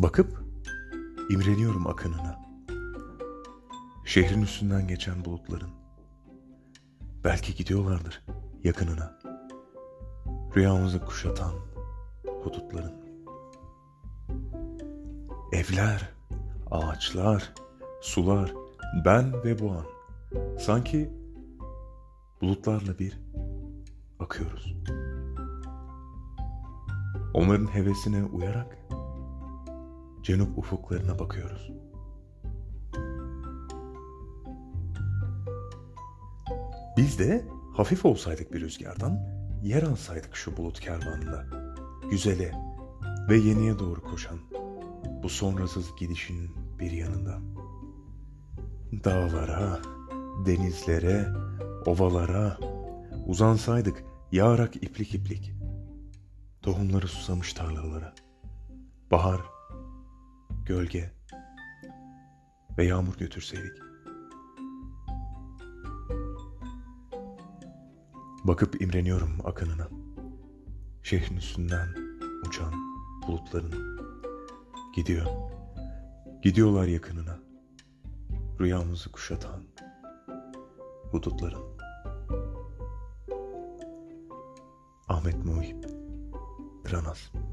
Bakıp imreniyorum akınına. Şehrin üstünden geçen bulutların. Belki gidiyorlardır yakınına. Rüyamızı kuşatan hudutların. Evler, ağaçlar, sular, ben ve bu an. Sanki bulutlarla bir akıyoruz. Onların hevesine uyarak cenub ufuklarına bakıyoruz. Biz de hafif olsaydık bir rüzgardan, yer alsaydık şu bulut kervanında, güzele ve yeniye doğru koşan bu sonrasız gidişin bir yanında. Dağlara, denizlere, ovalara uzansaydık yağarak iplik iplik, tohumları susamış tarlalara, bahar, gölge ve yağmur götürseydik. Bakıp imreniyorum akınına, şehrin üstünden uçan bulutların. Gidiyorlar yakınına, rüyamızı kuşatan hudutların. Ahmet Muhip Pıranas.